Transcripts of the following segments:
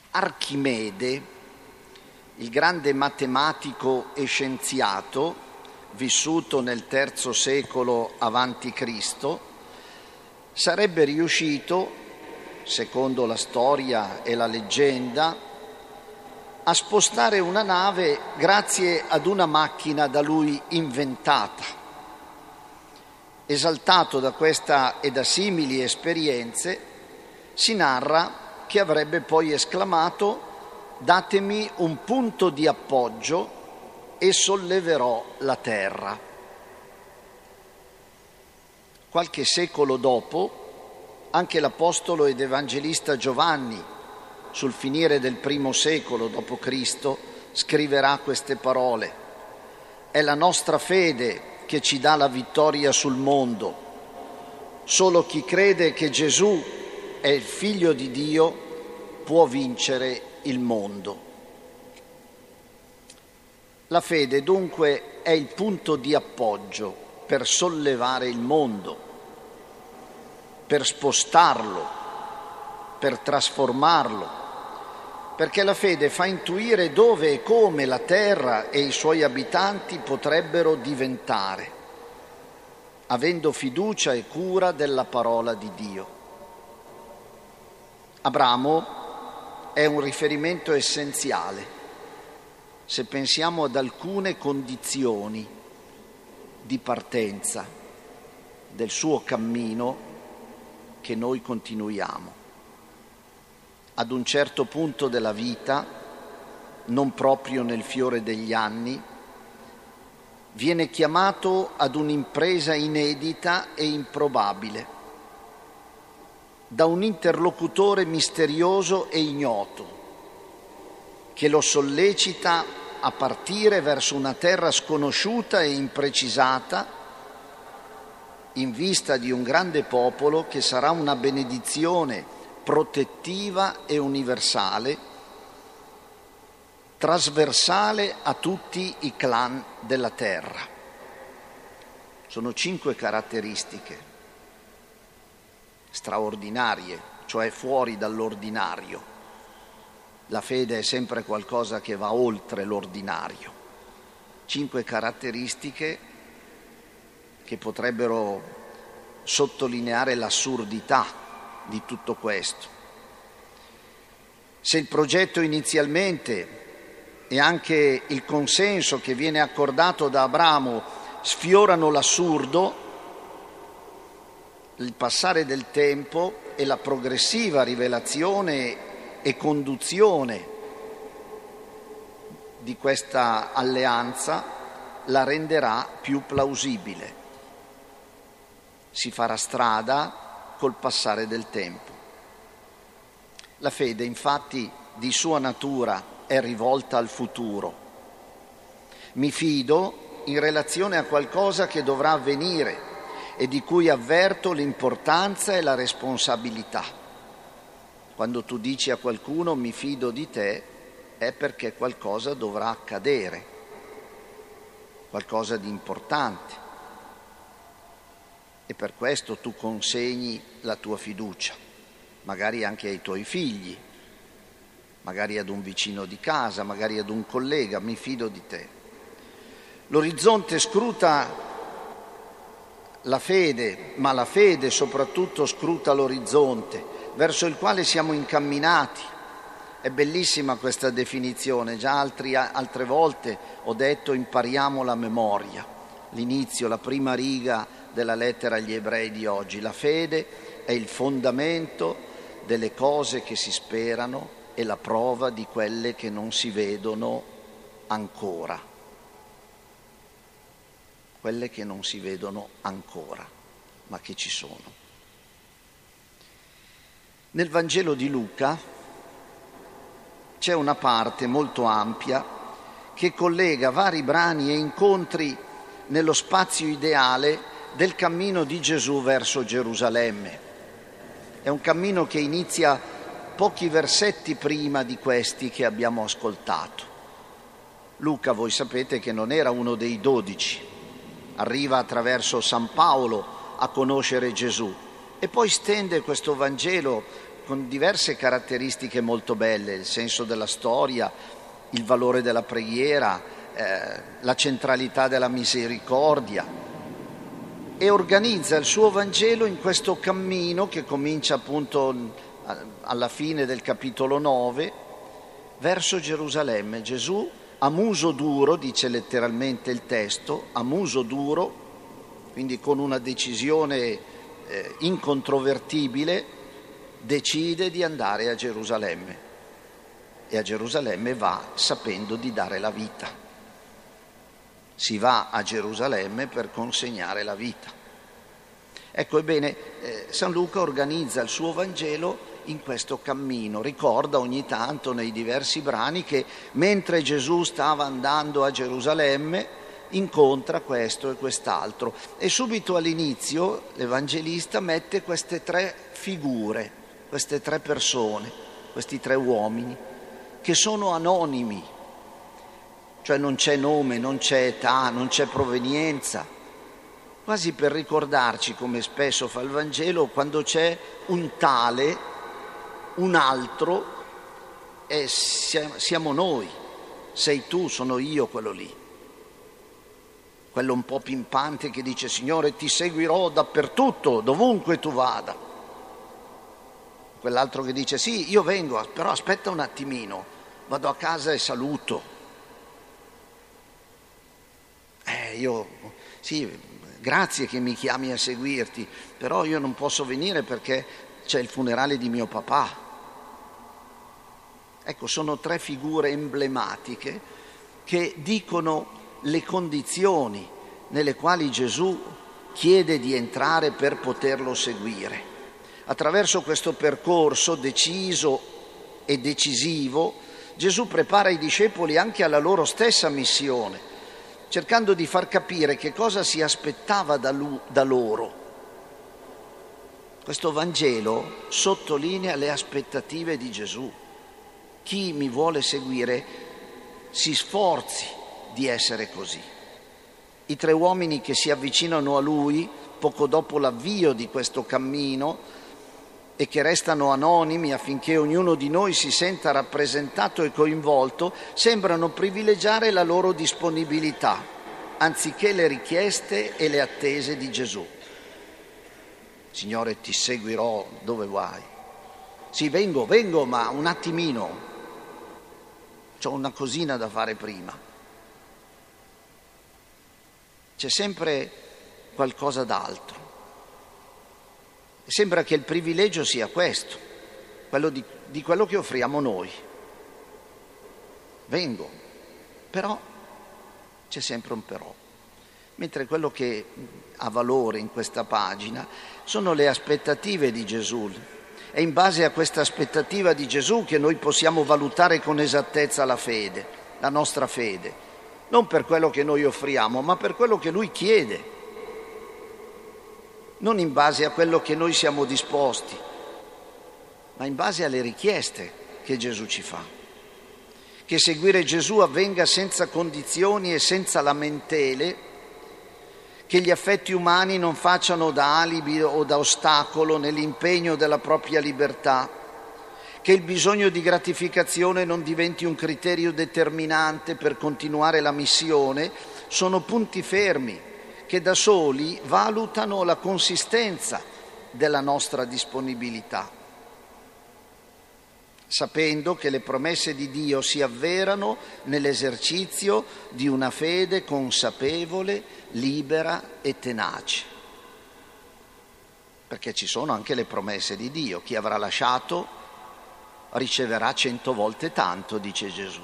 Archimede, il grande matematico e scienziato, vissuto nel III secolo a.C., sarebbe riuscito, secondo la storia e la leggenda, a spostare una nave grazie ad una macchina da lui inventata. Esaltato da questa e da simili esperienze, si narra che avrebbe poi esclamato: «Datemi un punto di appoggio e solleverò la terra». Qualche secolo dopo, anche l'apostolo ed evangelista Giovanni, sul finire del I secolo d.C., scriverà queste parole: «È la nostra fede che ci dà la vittoria sul mondo. Solo chi crede che Gesù è il Figlio di Dio può vincere il mondo». La fede dunque è il punto di appoggio per sollevare il mondo, per spostarlo, per trasformarlo, perché la fede fa intuire dove e come la terra e i suoi abitanti potrebbero diventare, avendo fiducia e cura della parola di Dio. Abramo è un riferimento essenziale se pensiamo ad alcune condizioni di partenza del suo cammino che noi continuiamo. Ad un certo punto della vita, non proprio nel fiore degli anni, viene chiamato ad un'impresa inedita e improbabile da un interlocutore misterioso e ignoto che lo sollecita a partire verso una terra sconosciuta e imprecisata in vista di un grande popolo che sarà una benedizione protettiva e universale, trasversale a tutti i clan della terra. Sono 5 caratteristiche straordinarie, cioè fuori dall'ordinario. La fede è sempre qualcosa che va oltre l'ordinario. 5 caratteristiche che potrebbero sottolineare l'assurdità di tutto questo. Se il progetto inizialmente e anche il consenso che viene accordato da Abramo sfiorano l'assurdo, il passare del tempo e la progressiva rivelazione e conduzione di questa alleanza la renderà più plausibile. Si farà strada col passare del tempo. La fede, infatti, di sua natura è rivolta al futuro. Mi fido in relazione a qualcosa che dovrà avvenire e di cui avverto l'importanza e la responsabilità. Quando tu dici a qualcuno mi fido di te, è perché qualcosa dovrà accadere, qualcosa di importante. E per questo tu consegni la tua fiducia, magari anche ai tuoi figli, magari ad un vicino di casa, magari ad un collega, mi fido di te. L'orizzonte scruta la fede, ma la fede soprattutto scruta l'orizzonte verso il quale siamo incamminati. È bellissima questa definizione, già altre volte ho detto impariamo la memoria, l'inizio, la prima riga della lettera agli ebrei di oggi. La fede è il fondamento delle cose che si sperano e la prova di quelle che non si vedono ancora. Quelle che non si vedono ancora, ma che ci sono. Nel Vangelo di Luca c'è una parte molto ampia che collega vari brani e incontri nello spazio ideale del cammino di Gesù verso Gerusalemme. È un cammino che inizia pochi versetti prima di questi che abbiamo ascoltato. Luca, voi sapete che non era uno dei 12, arriva attraverso San Paolo a conoscere Gesù e poi stende questo Vangelo con diverse caratteristiche molto belle, il senso della storia, il valore della preghiera, la centralità della misericordia, e organizza il suo Vangelo in questo cammino che comincia appunto alla fine del capitolo 9 verso Gerusalemme. Gesù a muso duro, dice letteralmente il testo, a muso duro, quindi con una decisione incontrovertibile, decide di andare a Gerusalemme, e a Gerusalemme va sapendo di dare la vita. Si va a Gerusalemme per consegnare la vita. Ecco, ebbene, San Luca organizza il suo Vangelo in questo cammino. Ricorda ogni tanto nei diversi brani che mentre Gesù stava andando a Gerusalemme incontra questo e quest'altro, e subito all'inizio l'Evangelista mette queste tre figure, queste tre persone, questi tre uomini che sono anonimi, cioè non c'è nome, non c'è età, non c'è provenienza, quasi per ricordarci, come spesso fa il Vangelo, quando c'è un tale, un altro, e siamo noi, sei tu, sono io quello lì. Quello un po' pimpante che dice: Signore, ti seguirò dappertutto, dovunque tu vada. Quell'altro che dice: sì, io vengo, però aspetta un attimino, vado a casa e saluto. Sì, grazie che mi chiami a seguirti, però io non posso venire perché c'è il funerale di mio papà. Ecco, sono tre figure emblematiche che dicono le condizioni nelle quali Gesù chiede di entrare per poterlo seguire. Attraverso questo percorso deciso e decisivo, Gesù prepara i discepoli anche alla loro stessa missione, cercando di far capire che cosa si aspettava da loro. Questo Vangelo sottolinea le aspettative di Gesù. Chi mi vuole seguire si sforzi di essere così. I tre uomini che si avvicinano a lui poco dopo l'avvio di questo cammino e che restano anonimi affinché ognuno di noi si senta rappresentato e coinvolto, sembrano privilegiare la loro disponibilità anziché le richieste e le attese di Gesù. Signore, ti seguirò dove vai. Sì, vengo, ma un attimino, c'ho una cosina da fare prima. C'è sempre qualcosa d'altro. Sembra che il privilegio sia questo, quello di quello che offriamo noi. Vengo, però c'è sempre un però. Mentre quello che ha valore in questa pagina sono le aspettative di Gesù. È in base a questa aspettativa di Gesù che noi possiamo valutare con esattezza la fede, la nostra fede. Non per quello che noi offriamo, ma per quello che Lui chiede. Non in base a quello che noi siamo disposti, ma in base alle richieste che Gesù ci fa. Che seguire Gesù avvenga senza condizioni e senza lamentele, che gli affetti umani non facciano da alibi o da ostacolo nell'impegno della propria libertà, che il bisogno di gratificazione non diventi un criterio determinante per continuare la missione, sono punti fermi che da soli valutano la consistenza della nostra disponibilità, sapendo che le promesse di Dio si avverano nell'esercizio di una fede consapevole, libera e tenace. Perché ci sono anche le promesse di Dio. Chi avrà lasciato riceverà 100 volte tanto, dice Gesù.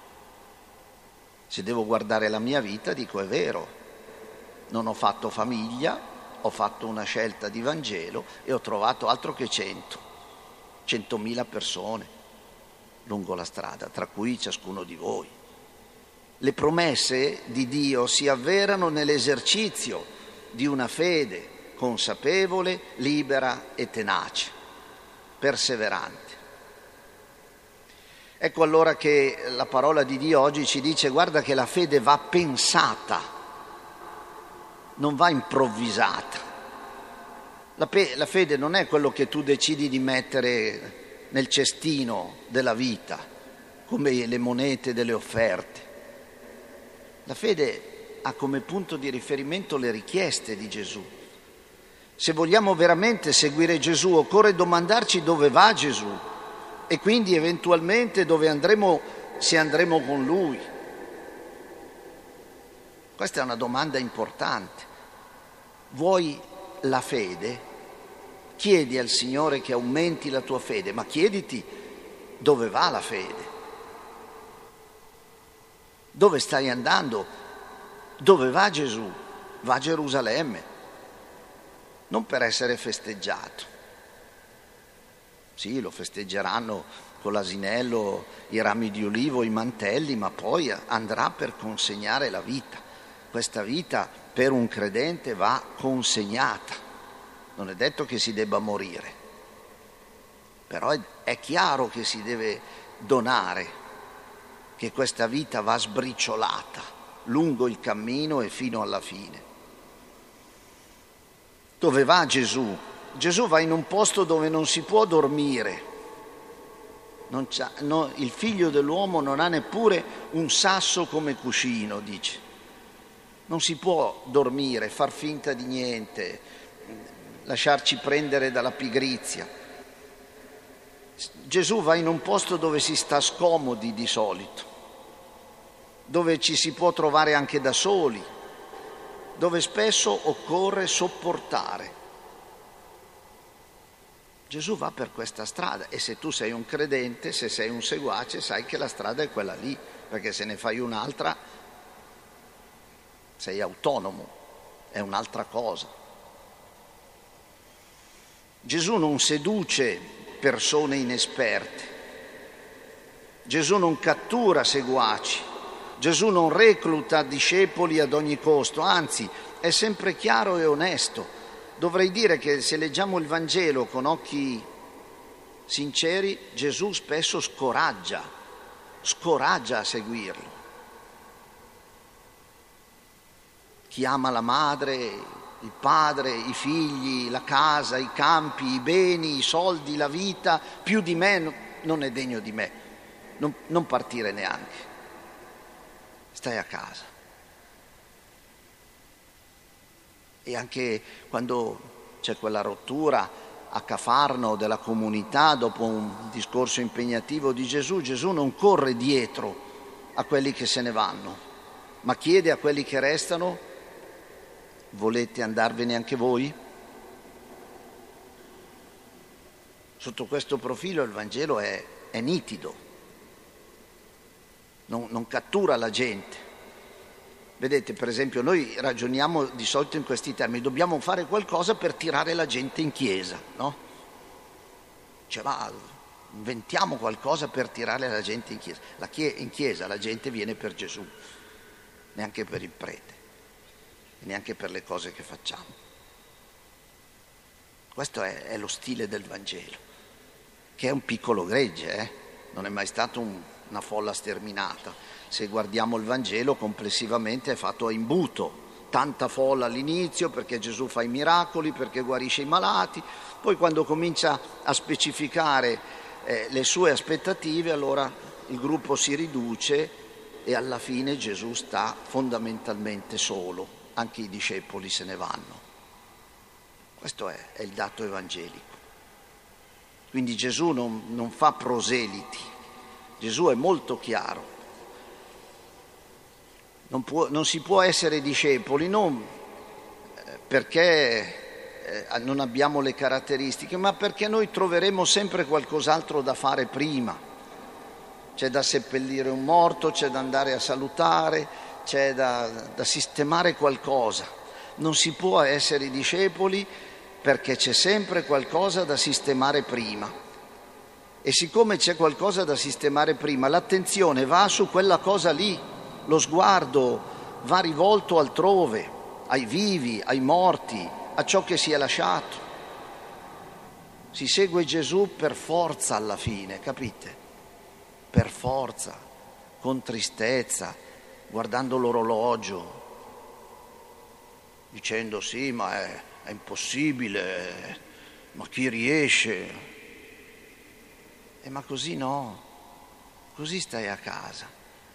Se devo guardare la mia vita, dico è vero, non ho fatto famiglia, ho fatto una scelta di Vangelo e ho trovato altro che 100.000 persone lungo la strada, tra cui ciascuno di voi. Le promesse di Dio si avverano nell'esercizio di una fede consapevole, libera e tenace, perseverante. Ecco allora che la parola di Dio oggi ci dice: guarda che la fede va pensata, non va improvvisata. La fede non è quello che tu decidi di mettere nel cestino della vita, come le monete delle offerte. La fede ha come punto di riferimento le richieste di Gesù. Se vogliamo veramente seguire Gesù, occorre domandarci dove va Gesù e quindi eventualmente dove andremo, se andremo con Lui. Questa è una domanda importante. Vuoi la fede? Chiedi al Signore che aumenti la tua fede, ma chiediti dove va la fede. Dove stai andando? Dove va Gesù? Va a Gerusalemme. Non per essere festeggiato. Sì, lo festeggeranno con l'asinello, i rami di olivo, i mantelli, ma poi andrà per consegnare la vita. Questa vita per un credente va consegnata. Non è detto che si debba morire, però è chiaro che si deve donare, che questa vita va sbriciolata lungo il cammino e fino alla fine. Dove va Gesù? Gesù va in un posto dove non si può dormire. Il figlio dell'uomo non ha neppure un sasso come cuscino, dice. Non si può dormire, far finta di niente, lasciarci prendere dalla pigrizia. Gesù va in un posto dove si sta scomodi di solito, dove ci si può trovare anche da soli, dove spesso occorre sopportare. Gesù va per questa strada e se tu sei un credente, se sei un seguace, sai che la strada è quella lì, perché se ne fai un'altra sei autonomo, è un'altra cosa. Gesù non seduce persone inesperte, Gesù non cattura seguaci, Gesù non recluta discepoli ad ogni costo, anzi è sempre chiaro e onesto. Dovrei dire che se leggiamo il Vangelo con occhi sinceri, Gesù spesso scoraggia a seguirlo. Chi ama la madre, il padre, i figli, la casa, i campi, i beni, i soldi, la vita, più di me non è degno di me. Non partire neanche. Stai a casa. E anche quando c'è quella rottura a Cafarno della comunità dopo un discorso impegnativo di Gesù, Gesù non corre dietro a quelli che se ne vanno, ma chiede a quelli che restano: volete andarvene anche voi? Sotto questo profilo il Vangelo è nitido, non cattura la gente. Vedete, per esempio, noi ragioniamo di solito in questi termini: dobbiamo fare qualcosa per tirare la gente in chiesa, no? Cioè, ma inventiamo qualcosa per tirare la gente in chiesa. In chiesa la gente viene per Gesù, neanche per il prete, neanche per le cose che facciamo. Questo è lo stile del Vangelo, che è un piccolo gregge, non è mai stato una folla sterminata. Se guardiamo il Vangelo complessivamente è fatto a imbuto, tanta folla all'inizio perché Gesù fa i miracoli, perché guarisce i malati, poi quando comincia a specificare le sue aspettative, allora il gruppo si riduce e alla fine Gesù sta fondamentalmente solo, anche i discepoli se ne vanno. Questo è il dato evangelico. Quindi Gesù non fa proseliti, Gesù è molto chiaro. Non si può essere discepoli non perché non abbiamo le caratteristiche, ma perché noi troveremo sempre qualcos'altro da fare prima. C'è da seppellire un morto, c'è da andare a salutare, c'è da sistemare qualcosa. Non si può essere discepoli perché c'è sempre qualcosa da sistemare prima. E siccome c'è qualcosa da sistemare prima, l'attenzione va su quella cosa lì, lo sguardo va rivolto altrove, ai vivi, ai morti, a ciò che si è lasciato. Si segue Gesù per forza alla fine, capite? Per forza, con tristezza, guardando l'orologio, dicendo sì, ma è impossibile, ma chi riesce? Ma così no, così stai a casa,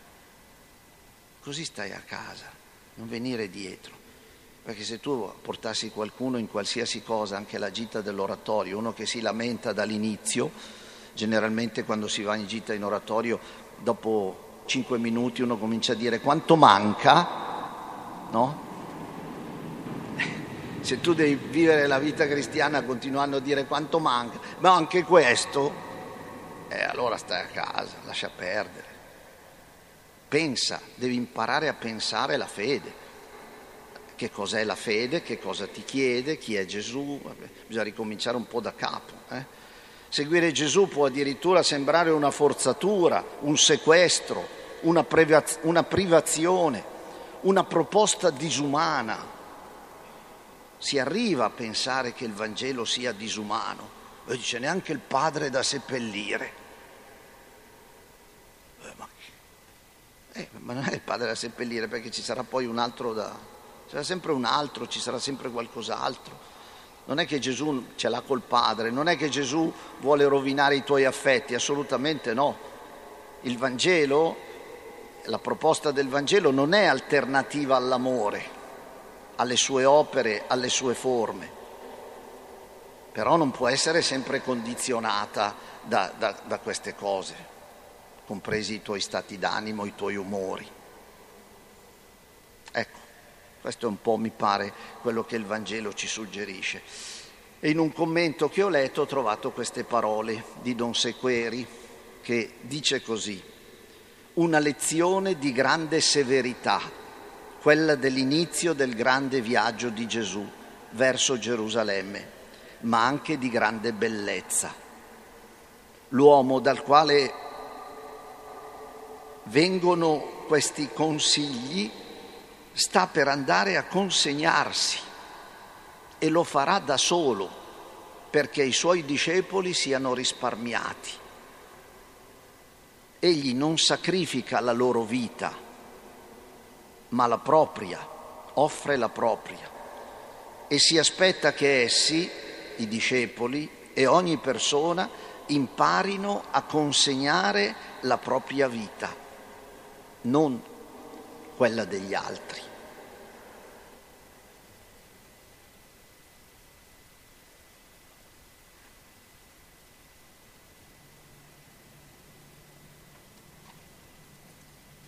non venire dietro. Perché se tu portassi qualcuno in qualsiasi cosa, anche la gita dell'oratorio, uno che si lamenta dall'inizio, generalmente quando si va in gita in oratorio, dopo 5 minuti uno comincia a dire quanto manca, no? Se tu devi vivere la vita cristiana continuando a dire quanto manca, ma anche questo, allora stai a casa, lascia perdere. Pensa, devi imparare a pensare la fede. Che cos'è la fede, che cosa ti chiede, chi è Gesù, bisogna ricominciare un po' da capo. Seguire Gesù può addirittura sembrare una forzatura, un sequestro, una privazione, una proposta disumana. Si arriva a pensare che il Vangelo sia disumano, e dice neanche il padre da seppellire. Ma non è il padre da seppellire, perché ci sarà poi un altro c'era sempre un altro, ci sarà sempre qualcos'altro. Non è che Gesù ce l'ha col Padre, non è che Gesù vuole rovinare i tuoi affetti, assolutamente no. Il Vangelo, la proposta del Vangelo non è alternativa all'amore, alle sue opere, alle sue forme, però non può essere sempre condizionata da queste cose, compresi i tuoi stati d'animo, i tuoi umori. Ecco. Questo è un po', mi pare, quello che il Vangelo ci suggerisce. E in un commento che ho letto ho trovato queste parole di Don Sequeri, che dice così: una lezione di grande severità, quella dell'inizio del grande viaggio di Gesù verso Gerusalemme, ma anche di grande bellezza. L'uomo dal quale vengono questi consigli sta per andare a consegnarsi e lo farà da solo perché i suoi discepoli siano risparmiati. Egli non sacrifica la loro vita, ma la propria, offre la propria e si aspetta che essi, i discepoli e ogni persona, imparino a consegnare la propria vita, non quella degli altri.